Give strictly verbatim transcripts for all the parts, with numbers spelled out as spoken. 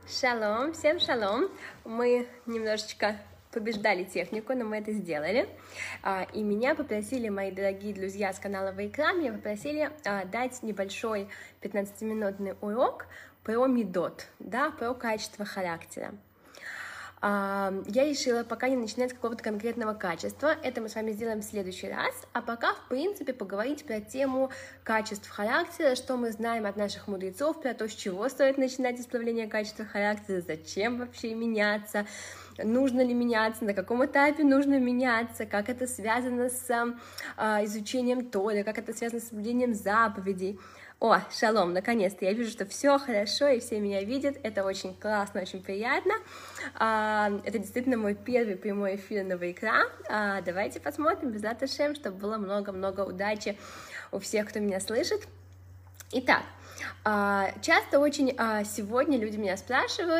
Шалом, всем шалом. Мы немножечко побеждали технику, но мы это сделали. И меня попросили мои дорогие друзья с канала Вайкра, меня попросили дать небольшой пятнадцатиминутный урок про мидот, да, про качество характера. Я решила пока не начинать с какого-то конкретного качества, это мы с вами сделаем в следующий раз, а пока, в принципе, поговорить про тему качеств характера, что мы знаем от наших мудрецов, про то, с чего стоит начинать исправление качества характера, зачем вообще меняться, нужно ли меняться, на каком этапе нужно меняться, как это связано с а, изучением Торы, как это связано с соблюдением заповедей. О, шалом, наконец-то, я вижу, что все хорошо, и все меня видят, это очень классно, очень приятно. Это действительно мой первый прямой эфир на Вайкра. Давайте посмотрим, безат Ашем, чтобы было много-много удачи у всех, кто меня слышит. Итак, часто очень сегодня люди меня спрашивают,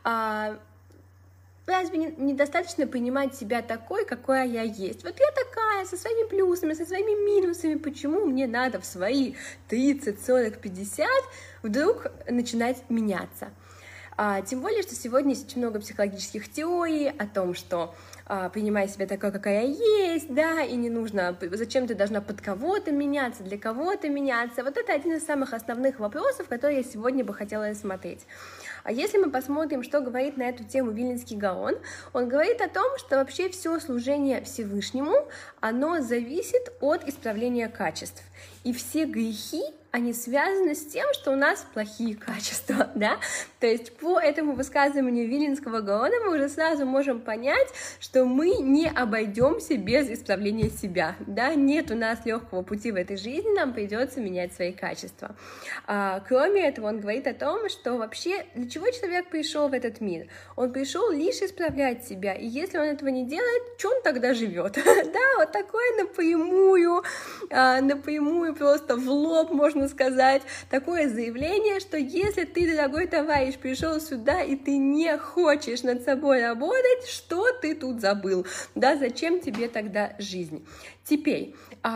разве недостаточно принимать себя такой, какая я есть? Вот я такая, со своими плюсами, со своими минусами, почему мне надо в свои тридцать, сорок, пятьдесят вдруг начинать меняться? А, тем более, что сегодня есть очень много психологических теорий о том, что а, принимай себя такой, какая есть, да, и не нужно, зачем ты должна под кого-то меняться, для кого-то меняться. Вот это один из самых основных вопросов, которые я сегодня бы хотела рассмотреть. А если мы посмотрим, что говорит на эту тему Вильнинский Гаон, он говорит о том, что вообще все служение Всевышнему, оно зависит от исправления качеств. И все грехи, они связаны с тем, что у нас плохие качества, да? То есть по этому высказыванию Вильнинского Гаона мы уже сразу можем понять, что мы не обойдемся без исправления себя, да? Нет у нас легкого пути в этой жизни, нам придется менять свои качества. А, кроме этого, он говорит о том, что вообще для чего человек пришел в этот мир? Он пришел лишь исправлять себя, и если он этого не делает, что он тогда живет? Да, вот такое напрямую, напрямую просто в лоб можно сказать, такое заявление, что если ты, дорогой товарищ, пришел сюда и ты не хочешь над собой работать, что ты тут забыл, да, зачем тебе тогда жизнь? Теперь,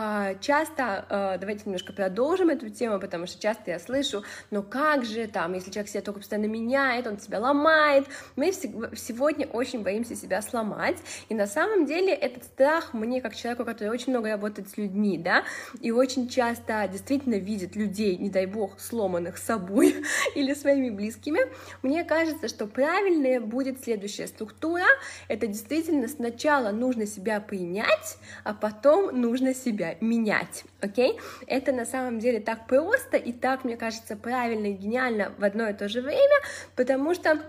часто, давайте немножко продолжим эту тему, потому что часто я слышу, но как же там, если человек себя только постоянно меняет, он себя ломает, мы сегодня очень боимся себя сломать, и на самом деле этот страх мне, как человеку, который очень много работает с людьми, да, и очень часто действительно видит людей, не дай бог, сломанных собой или своими близкими, мне кажется, что правильная будет следующая структура, это действительно сначала нужно себя принять, а потом нужно себя менять, окей? Это на самом деле так просто и так, мне кажется, правильно и гениально в одно и то же время, потому что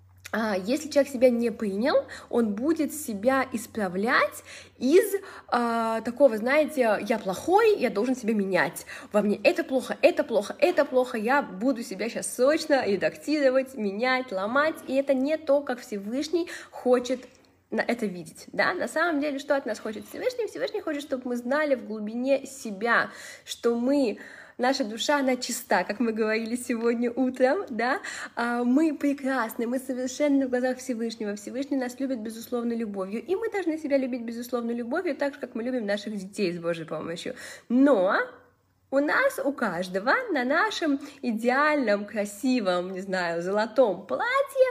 а, если человек себя не принял, он будет себя исправлять из а, такого, знаете, я плохой, я должен себя менять, во мне это плохо, это плохо, это плохо, я буду себя сейчас срочно редактировать, менять, ломать, и это не то, как Всевышний хочет это видеть, да, на самом деле, что от нас хочет Всевышний? Всевышний хочет, чтобы мы знали в глубине себя, что мы, наша душа, она чиста, как мы говорили сегодня утром, да, мы прекрасны, мы совершенны в глазах Всевышнего, Всевышний нас любит безусловной любовью, и мы должны себя любить безусловной любовью, так же, как мы любим наших детей с Божьей помощью, но у нас, у каждого, на нашем идеальном, красивом, не знаю, золотом платье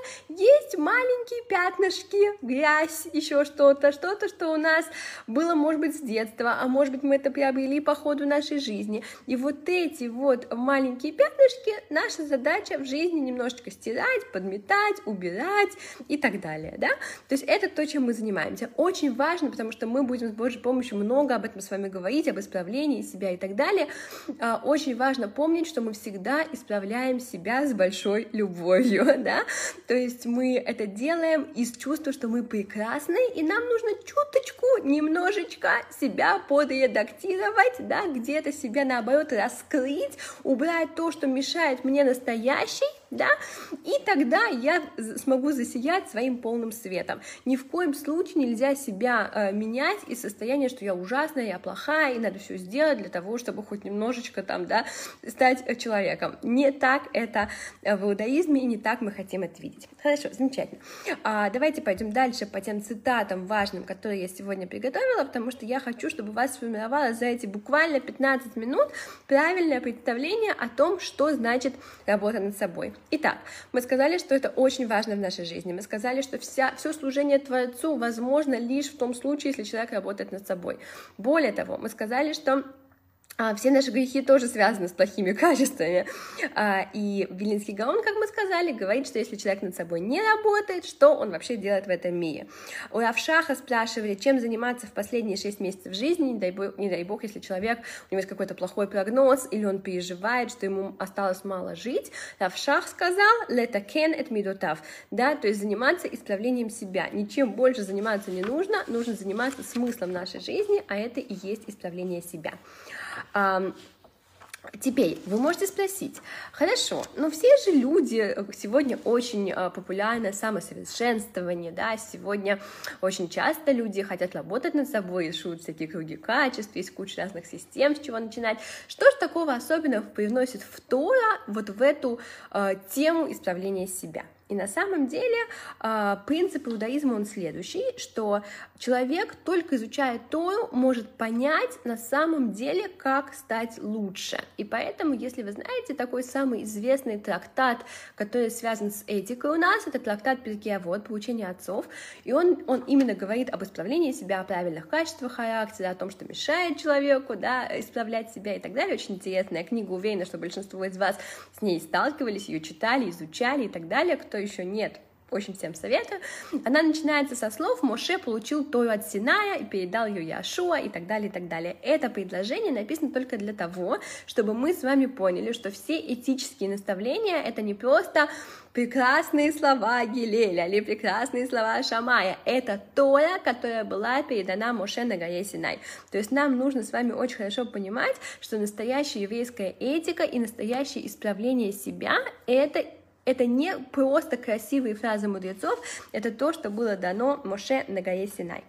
есть маленькие пятнышки, грязь, еще что-то, что-то, что у нас было, может быть, с детства, а может быть, мы это приобрели по ходу нашей жизни. И вот эти вот маленькие пятнышки, наша задача в жизни немножечко стирать, подметать, убирать и так далее, да? То есть это то, чем мы занимаемся. Очень важно, потому что мы будем с Божьей помощью много об этом с вами говорить, об исправлении себя и так далее. Очень важно помнить, что мы всегда исправляем себя с большой любовью, да, то есть мы это делаем из чувства, что мы прекрасны, и нам нужно чуточку, немножечко себя подредактировать, да, где-то себя, наоборот, раскрыть, убрать то, что мешает мне настоящей, да, и тогда я смогу засиять своим полным светом. Ни в коем случае нельзя себя э, менять из состояния, что я ужасная, я плохая, и надо все сделать для того, чтобы хоть немножечко там, да, стать человеком. Не так это в иудаизме, и не так мы хотим это видеть. Хорошо, замечательно. А, давайте пойдем дальше по тем цитатам важным, которые я сегодня приготовила, потому что я хочу, чтобы у вас сформировалось за эти буквально пятнадцать минут правильное представление о том, что значит работа над собой. итак, мы сказали, что это очень важно в нашей жизни. Мы сказали, что вся, все служение Творцу возможно лишь в том случае, если человек работает над собой. Более того, мы сказали, что А, все наши грехи тоже связаны с плохими качествами. А, и Вилинский Гаон, как мы сказали, говорит, что если человек над собой не работает, что он вообще делает в этом мире? У Рав Шаха спрашивали, чем заниматься в последние шесть месяцев жизни, не дай бог, не дай бог если человек, у него есть какой-то плохой прогноз, или он переживает, что ему осталось мало жить. Рав Шах сказал, «Летакен эт мидотав», да, то есть заниматься исправлением себя. Ничем больше заниматься не нужно, нужно заниматься смыслом нашей жизни, а это и есть исправление себя. Um, Теперь вы можете спросить, хорошо, но все же люди, сегодня очень популярно самосовершенствование, да, сегодня очень часто люди хотят работать над собой, рисуют всякие круги качеств, есть куча разных систем, с чего начинать. Что же такого особенного привносит в Тора вот в эту э, тему исправления себя? И на самом деле принцип иудаизма он следующий, что человек, только изучая Тору, может понять на самом деле, как стать лучше. И поэтому, если вы знаете, такой самый известный трактат, который связан с этикой у нас, это трактат Перкей Авот, «Поучение отцов», и он, он именно говорит об исправлении себя, о правильных качествах характера, о том, что мешает человеку, да, исправлять себя и так далее. Очень интересная книга, уверена, что большинство из вас с ней сталкивались, ее читали, изучали и так далее. Кто еще нет, очень всем советую. Она начинается со слов «Моше получил Тору от Синая и передал ее Яшуа» и так далее, и так далее. Это предложение написано только для того, чтобы мы с вами поняли, что все этические наставления — это не просто прекрасные слова Гилеля или прекрасные слова Шамая. Это Тора, которая была передана Моше на горе Синай. То есть нам нужно с вами очень хорошо понимать, что настоящая еврейская этика и настоящее исправление себя — это Это не просто красивые фразы мудрецов, это то, что было дано Моше на горе Синай.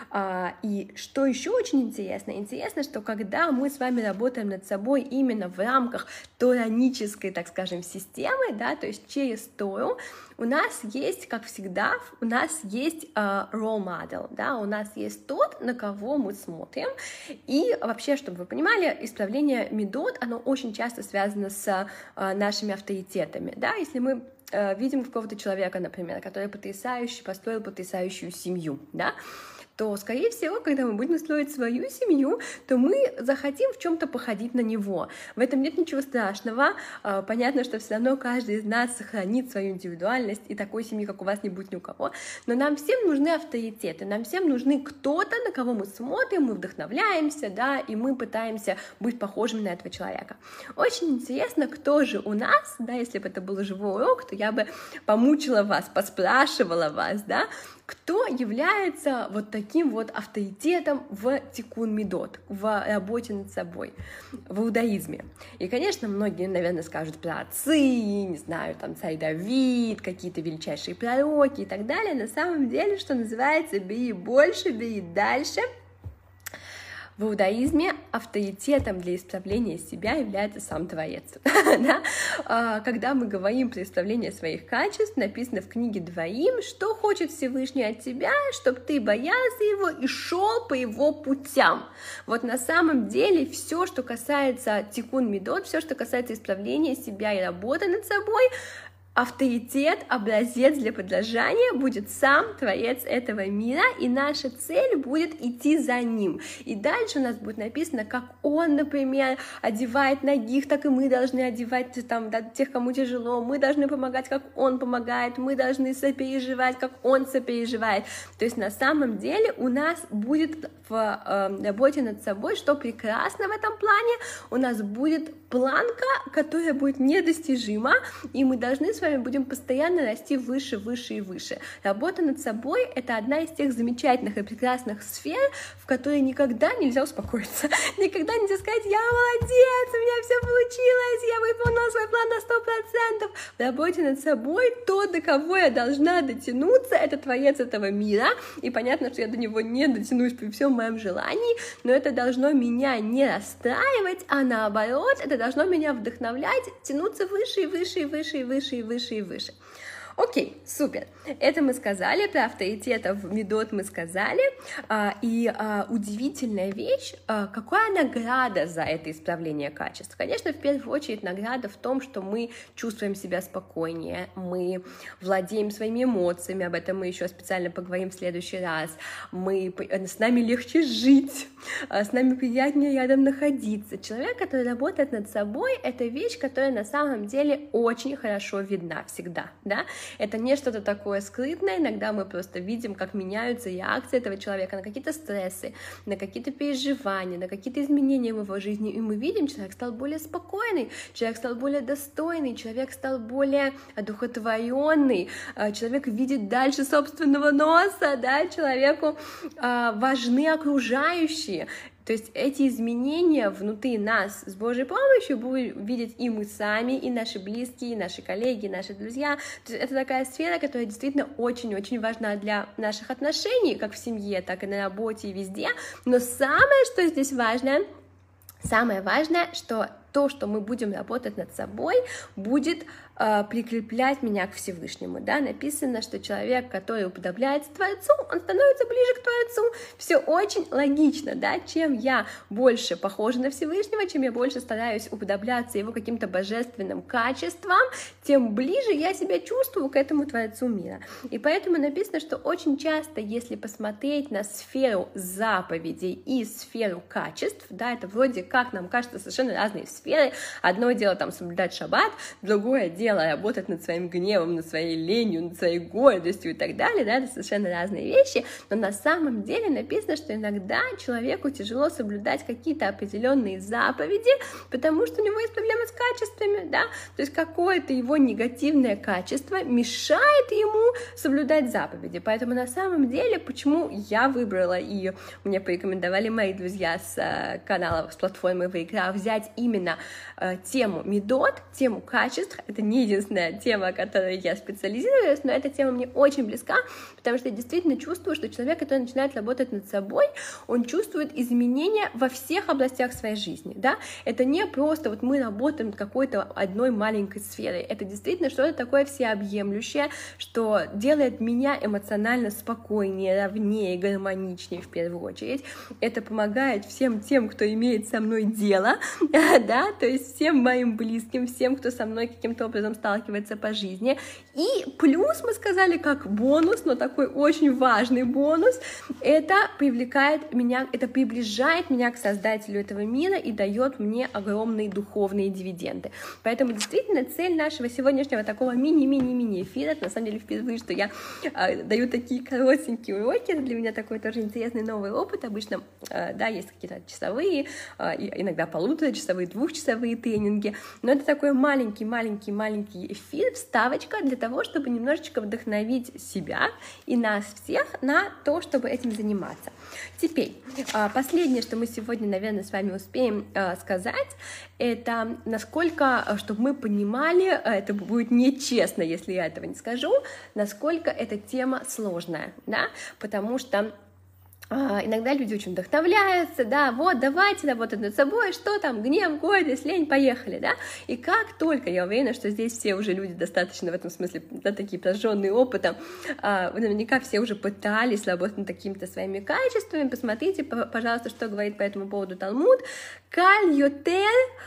И что еще очень интересно? Интересно, что когда мы с вами работаем над собой именно в рамках торанической, так скажем, системы, да, то есть через Тору, у нас есть, как всегда, у нас есть uh, role model, да, у нас есть тот, на кого мы смотрим, и вообще, чтобы вы понимали, исправление мидот, оно очень часто связано с uh, нашими авторитетами, да, если мы uh, видим какого-то человека, например, который потрясающе построил потрясающую семью, да, то, скорее всего, когда мы будем строить свою семью, то мы захотим в чем-то походить на него. В этом нет ничего страшного. Понятно, что все равно каждый из нас сохранит свою индивидуальность, и такой семьи, как у вас, не будет ни у кого. Но нам всем нужны авторитеты, нам всем нужны кто-то, на кого мы смотрим, мы вдохновляемся, да, и мы пытаемся быть похожими на этого человека. Очень интересно, кто же у нас, да, если бы это был живой урок, то я бы помучила вас, поспрашивала вас, да, кто является вот таким вот авторитетом в тикун мидот, в работе над собой, в иудаизме. И, конечно, многие, наверное, скажут про отцы, не знаю, там, царь Давид, какие-то величайшие пророки и так далее. На самом деле, что называется, бери больше, бери дальше. В иудаизме авторитетом для исправления себя является сам Творец. Да? Когда мы говорим про исправление своих качеств, написано в книге Дворим, что хочет Всевышний от тебя, чтобы ты боялся его и шел по его путям. Вот на самом деле все, что касается тикун мидот, все, что касается исправления себя и работы над собой, авторитет, образец для подражания будет сам Творец этого мира, и наша цель будет идти за ним. И дальше у нас будет написано, как он, например, одевает нагих, так и мы должны одевать там, да, тех, кому тяжело, мы должны помогать, как он помогает, мы должны сопереживать, как он сопереживает. То есть на самом деле у нас будет в э, работе над собой, что прекрасно в этом плане, у нас будет планка, которая будет недостижима, и мы должны с вами будем постоянно расти выше, выше и выше. Работа над собой — это одна из тех замечательных и прекрасных сфер, в которой никогда нельзя успокоиться, никогда нельзя сказать: я молодец, у меня все получилось, я выполнила свой план на сто процентов. В работе над собой то, до кого я должна дотянуться, это Творец этого мира, и понятно, что я до него не дотянусь при всем моем желании, но это должно меня не расстраивать, а наоборот, это должно меня вдохновлять, тянуться выше и выше и выше и выше и выше и выше. Окей, супер. Это мы сказали, про авторитетов Медот мы сказали. И удивительная вещь, какая награда за это исправление качеств. Конечно, в первую очередь награда в том, что мы чувствуем себя спокойнее, мы владеем своими эмоциями, об этом мы еще специально поговорим в следующий раз. Мы, с нами легче жить, с нами приятнее рядом находиться. Человек, который работает над собой, это вещь, которая на самом деле очень хорошо видна всегда, да? Это не что-то такое скрытное, иногда мы просто видим, как меняются реакции этого человека на какие-то стрессы, на какие-то переживания, на какие-то изменения в его жизни, и мы видим, человек стал более спокойный, человек стал более достойный, человек стал более одухотворенный, человек видит дальше собственного носа, да, человеку важны окружающие. То есть эти изменения внутри нас с Божьей помощью будем видеть и мы сами, и наши близкие, и наши коллеги, и наши друзья. То есть это такая сфера, которая действительно очень-очень важна для наших отношений, как в семье, так и на работе, и везде. Но самое, что здесь важно, самое важное, что то, что мы будем работать над собой, будет э, прикреплять меня к Всевышнему, да, написано, что человек, который уподобляется Творцу, он становится ближе к Творцу, все очень логично, да, чем я больше похожа на Всевышнего, чем я больше стараюсь уподобляться его каким-то божественным качествам, тем ближе я себя чувствую к этому Творцу мира, и поэтому написано, что очень часто, если посмотреть на сферу заповедей и сферу качеств, да, это вроде как нам кажется совершенно разные сферы. Одно дело там соблюдать шаббат, другое дело работать над своим гневом, над своей ленью, над своей гордостью и так далее, да, это совершенно разные вещи, но на самом деле написано, что иногда человеку тяжело соблюдать какие-то определенные заповеди, потому что у него есть проблемы с качествами, да, то есть какое-то его негативное качество мешает ему соблюдать заповеди, поэтому на самом деле, почему я выбрала и мне порекомендовали мои друзья с канала, с платформы Вайкра взять именно э, тему Медот, тему качеств. Это не единственная тема, о которой я специализируюсь, но эта тема мне очень близка, потому что я действительно чувствую, что человек, который начинает работать над собой, он чувствует изменения во всех областях своей жизни, да, это не просто вот мы работаем над какой-то одной маленькой сферой, это действительно что-то такое всеобъемлющее, что делает меня эмоционально спокойнее, ровнее, гармоничнее в первую очередь, это помогает всем тем, кто имеет со мной дело, да, то есть всем моим близким, всем, кто со мной каким-то образом сталкивается по жизни. И плюс мы сказали, как бонус, но такой очень важный бонус, это привлекает меня, это приближает меня к Создателю этого мира и дает мне огромные духовные дивиденды. Поэтому действительно цель нашего сегодняшнего такого мини-мини-мини эфира, это на самом деле впервые, что я э, даю такие коротенькие уроки, это для меня такой тоже интересный новый опыт. Обычно, э, да, есть какие-то часовые, э, иногда полуторачасовые, двухчасовые тренинги, но это такой маленький-маленький-маленький эфир, вставочка для того, чтобы немножечко вдохновить себя и нас всех на то, чтобы этим заниматься. Теперь, последнее, что мы сегодня, наверное, с вами успеем сказать, это насколько, чтобы мы понимали, это будет нечестно, если я этого не скажу, насколько эта тема сложная, да, потому что иногда люди очень вдохновляются, да, вот, давайте работать над собой, что там, гнев, гордость, лень, поехали, да, и как только, я уверена, что здесь все уже люди достаточно в этом смысле, да, такие прожженные опытом, наверняка все уже пытались работать над какими-то своими качествами, посмотрите, пожалуйста, что говорит по этому поводу Талмуд, «Каль йотер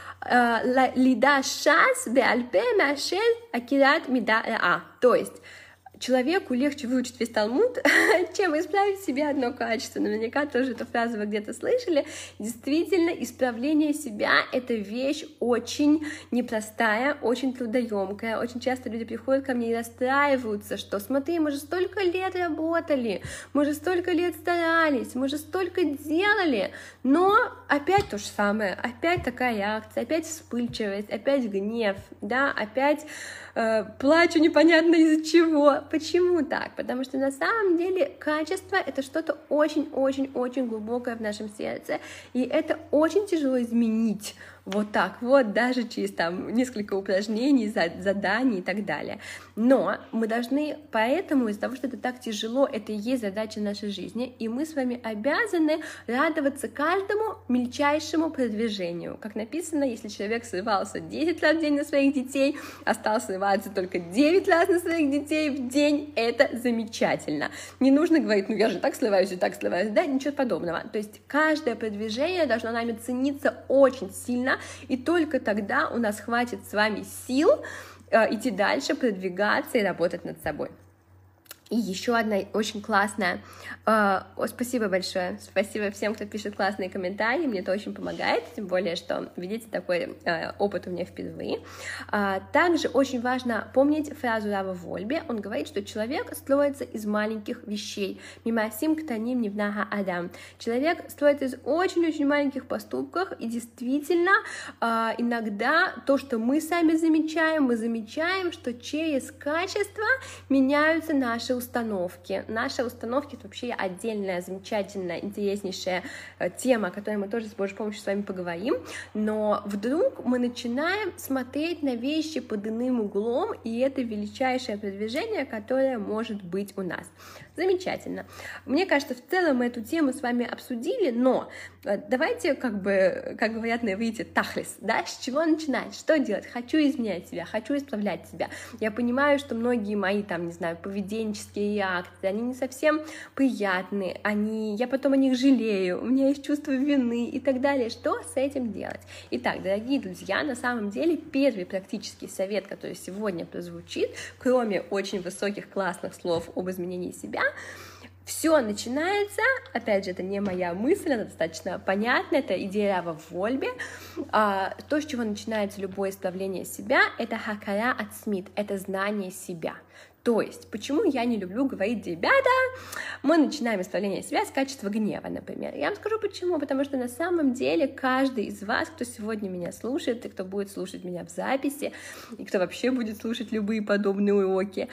лида шас беальпе машель акират мида а», то есть человеку легче выучить весь Талмуд, чем исправить в себе одно качество. Наверняка тоже эту фразу вы где-то слышали. Действительно, исправление себя — это вещь очень непростая, очень трудоемкая. Очень часто люди приходят ко мне и расстраиваются, что смотри, мы же столько лет работали, мы же столько лет старались, мы же столько делали, но опять то же самое, опять такая реакция, опять вспыльчивость, опять гнев, да, опять э, плачу непонятно из-за чего. Почему так? Потому что на самом деле качество — это что-то очень-очень-очень глубокое в нашем сердце, и это очень тяжело изменить вот так вот, даже через там несколько упражнений, заданий и так далее. Но мы должны, поэтому из-за того, что это так тяжело, это и есть задача нашей жизни, и мы с вами обязаны радоваться каждому мельчайшему продвижению. Как написано, если человек срывался десять раз в день на своих детей, а стал срываться только девять раз на своих детей в день, это замечательно. Не нужно говорить, ну я же так срываюсь и так срываюсь, да, ничего подобного. То есть каждое продвижение должно нами цениться очень сильно, и только тогда у нас хватит с вами сил э, идти дальше, продвигаться и работать над собой. И еще одна очень классная, э, о, спасибо большое, спасибо всем, кто пишет классные комментарии, мне это очень помогает, тем более, что, видите, такой э, опыт у меня впервые. А, также очень важно помнить фразу Рава Вольбе, он говорит, что человек строится из маленьких вещей, мимасим ктаним нивнаха адам. Человек строится из очень-очень маленьких поступков, и действительно, э, иногда то, что мы сами замечаем, мы замечаем, что через качество меняются наши установки. Наши установки — это вообще отдельная, замечательная, интереснейшая тема, о которой мы тоже с Божьей помощью с вами поговорим, но вдруг мы начинаем смотреть на вещи под иным углом, и это величайшее продвижение, которое может быть у нас. Замечательно. Мне кажется, в целом мы эту тему с вами обсудили, но давайте, как бы, как говорят на иврите, тахлис, да, с чего начинать, что делать? Хочу изменять себя, хочу исправлять себя. Я понимаю, что многие мои, там, не знаю, поведенческие реакции, они не совсем приятные, они, я потом о них жалею, у меня есть чувство вины и так далее. Что с этим делать? Итак, дорогие друзья, на самом деле первый практический совет, который сегодня прозвучит, кроме очень высоких классных слов об изменении себя, все начинается, опять же, это не моя мысль, она достаточно понятна, это идея Рава Вольбе. А, то, с чего начинается любое исправление себя, это хакара ацмит, это знание себя. То есть, почему я не люблю говорить, ребята, мы начинаем исправление себя с качества гнева, например. Я вам скажу почему, потому что на самом деле каждый из вас, кто сегодня меня слушает, и кто будет слушать меня в записи, и кто вообще будет слушать любые подобные уроки,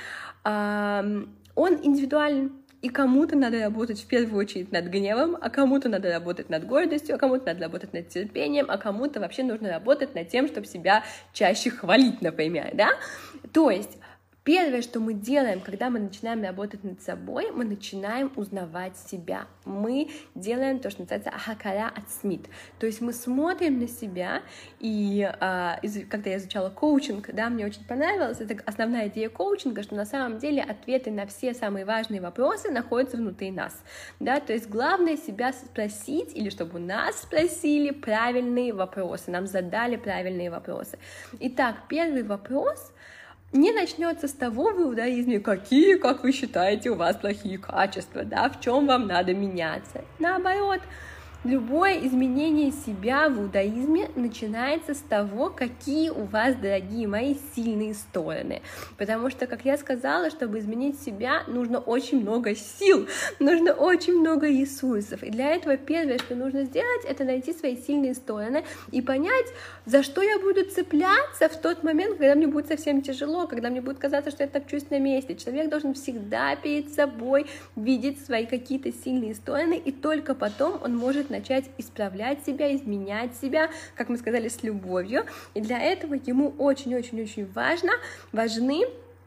он индивидуален. И кому-то надо работать в первую очередь над гневом, а кому-то надо работать над гордостью, а кому-то надо работать над терпением, а кому-то вообще нужно работать над тем, чтобы себя чаще хвалить, например, да? То есть первое, что мы делаем, когда мы начинаем работать над собой, мы начинаем узнавать себя. Мы делаем то, что называется хакара ацмит. То есть мы смотрим на себя, и а, из, когда я изучала коучинг, да, мне очень понравилось, это основная идея коучинга, что на самом деле ответы на все самые важные вопросы находятся внутри нас. Да? То есть главное себя спросить, или чтобы нас спросили правильные вопросы, нам задали правильные вопросы. Итак, первый вопрос не начнется с того в иудаизме, какие, как вы считаете, у вас плохие качества, да, в чем вам надо меняться. Наоборот, любое изменение себя в иудаизме начинается с того, какие у вас, дорогие мои, сильные стороны. Потому что, как я сказала, чтобы изменить себя, нужно очень много сил, нужно очень много ресурсов. И для этого первое, что нужно сделать, это найти свои сильные стороны и понять, за что я буду цепляться в тот момент, когда мне будет совсем тяжело, когда мне будет казаться, что я топчусь на месте. Человек должен всегда перед собой видеть свои какие-то сильные стороны, и только потом он может начать исправлять себя, изменять себя, как мы сказали, с любовью. И для этого ему очень-очень-очень важно, важны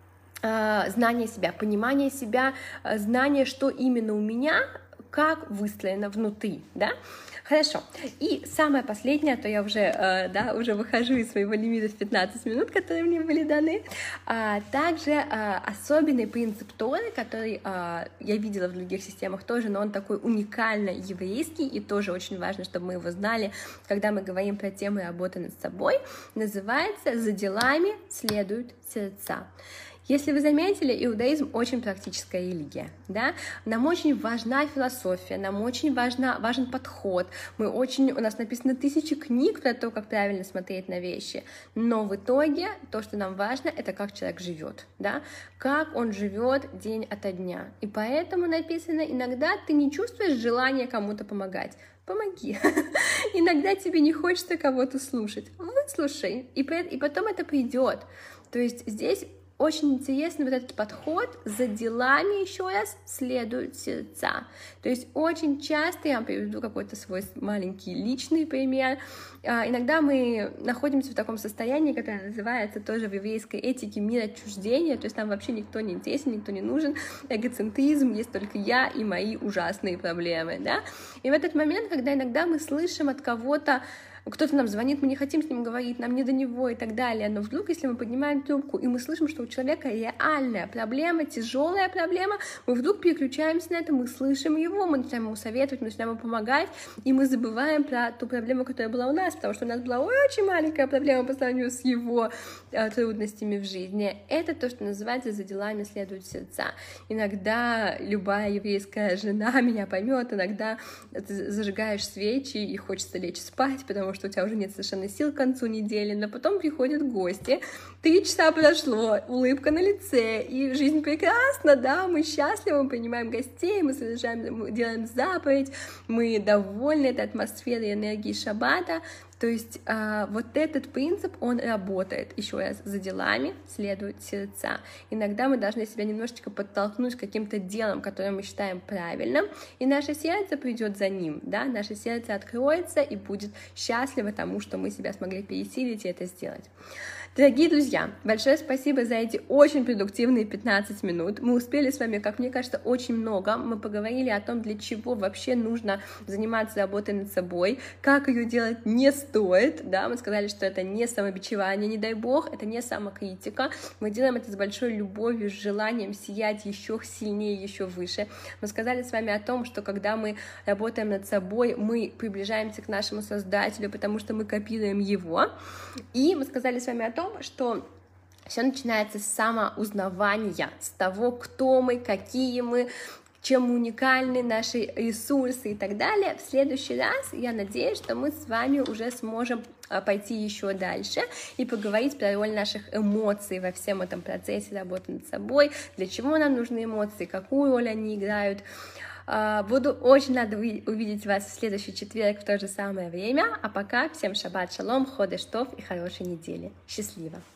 э, знание себя, понимание себя, э, знание, что именно у меня, как выстроено внутри, да? Хорошо. И самое последнее, а то я уже, э, да, уже выхожу из своего лимита в пятнадцать минут, которые мне были даны. А, также а, особенный принцип Торы, который а, я видела в других системах тоже, но он такой уникально еврейский, и тоже очень важно, чтобы мы его знали, когда мы говорим про темы работы над собой, называется «За делами следуют сердца». Если вы заметили, иудаизм очень практическая религия, да? Нам очень важна философия, нам очень важна, важен подход, мы очень, у нас написано тысячи книг про то, как правильно смотреть на вещи, но в итоге то, что нам важно, это как человек живет, да? Как он живет день ото дня, и поэтому написано, иногда ты не чувствуешь желания кому-то помогать, помоги. Иногда тебе не хочется кого-то слушать, выслушай, и потом это придет. То есть здесь очень интересный вот этот подход: за делами, еще раз, следуют сердца. То есть очень часто, я вам приведу какой-то свой маленький личный пример, иногда мы находимся в таком состоянии, которое называется тоже в еврейской этике мир отчуждения, то есть нам вообще никто не интересен, никто не нужен, эгоцентризм, есть только я и мои ужасные проблемы, да, и в этот момент, когда иногда мы слышим от кого-то, кто-то нам звонит, мы не хотим с ним говорить, нам не до него и так далее, но вдруг, если мы поднимаем трубку, и мы слышим, что у человека реальная проблема, тяжелая проблема, мы вдруг переключаемся на это, мы слышим его, мы начинаем ему советовать, мы начинаем ему помогать, и мы забываем про ту проблему, которая была у нас, потому что у нас была очень маленькая проблема по сравнению с его э, трудностями в жизни. Это то, что называется «за делами следуют сердца». Иногда любая еврейская жена меня поймет, иногда ты зажигаешь свечи и хочется лечь спать, потому что у тебя уже нет совершенно сил к концу недели, но потом приходят гости, три часа прошло, улыбка на лице, и жизнь прекрасна, да, мы счастливы, мы принимаем гостей, мы совершаем, мы делаем заповедь, мы довольны этой атмосферой и энергией шаббата. То есть э, вот этот принцип, он работает, еще раз, за делами следуют сердца. Иногда мы должны себя немножечко подтолкнуть к каким-то делам, которые мы считаем правильным, и наше сердце придет за ним, да, наше сердце откроется и будет счастливо тому, что мы себя смогли пересилить и это сделать. Дорогие друзья, большое спасибо за эти очень продуктивные пятнадцать минут. Мы успели с вами, как мне кажется, очень много. Мы поговорили о том, для чего вообще нужно заниматься работой над собой, как ее делать не стоит. Да? Мы сказали, что это не самобичевание, не дай бог, это не самокритика. Мы делаем это с большой любовью, с желанием сиять еще сильнее, еще выше. Мы сказали с вами о том, что когда мы работаем над собой, мы приближаемся к нашему Создателю, потому что мы копируем его. И мы сказали с вами о том, что все начинается с самоузнавания, с того, кто мы, какие мы, чем уникальны наши ресурсы и так далее. В следующий раз я надеюсь, что мы с вами уже сможем пойти еще дальше и поговорить про роль наших эмоций во всем этом процессе работы над собой, для чего нам нужны эмоции, какую роль они играют. Буду очень рада увидеть вас в следующий четверг в то же самое время. А пока всем шаббат шалом, ходеш тов и хорошей недели. Счастливо!